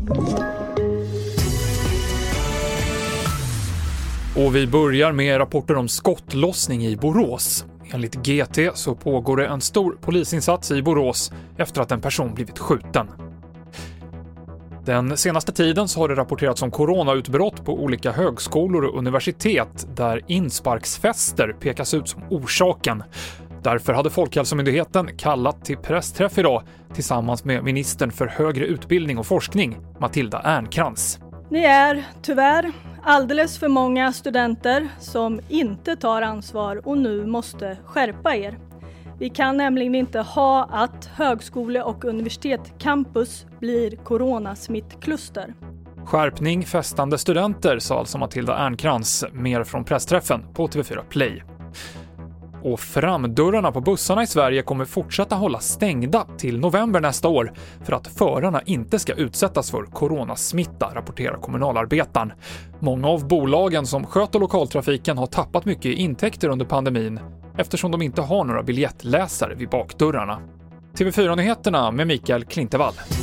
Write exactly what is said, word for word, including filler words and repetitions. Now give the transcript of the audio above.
Och vi börjar med rapporter om skottlossning i Borås. Enligt G T så pågår det en stor polisinsats i Borås efter att en person blivit skjuten. Den senaste tiden så har det rapporterats om coronautbrott på olika högskolor och universitet där insparksfester pekas ut som orsaken. Därför hade Folkhälsomyndigheten kallat till pressträff idag tillsammans med ministern för högre utbildning och forskning, Matilda Ernkrans. Ni är tyvärr alldeles för många studenter som inte tar ansvar och nu måste skärpa er. Vi kan nämligen inte ha att högskole- och universitetscampus blir coronasmittkluster. Skärpning festande studenter, sa alltså Matilda Ernkrans, mer från pressträffen på T V fyra Play. Och framdörrarna på bussarna i Sverige kommer fortsätta hålla stängda till november nästa år för att förarna inte ska utsättas för coronasmitta, rapporterar Kommunalarbetaren. Många av bolagen som sköter lokaltrafiken har tappat mycket i intäkter under pandemin eftersom de inte har några biljettläsare vid bakdörrarna. T V fyra-nyheterna med Mikael Klintevall.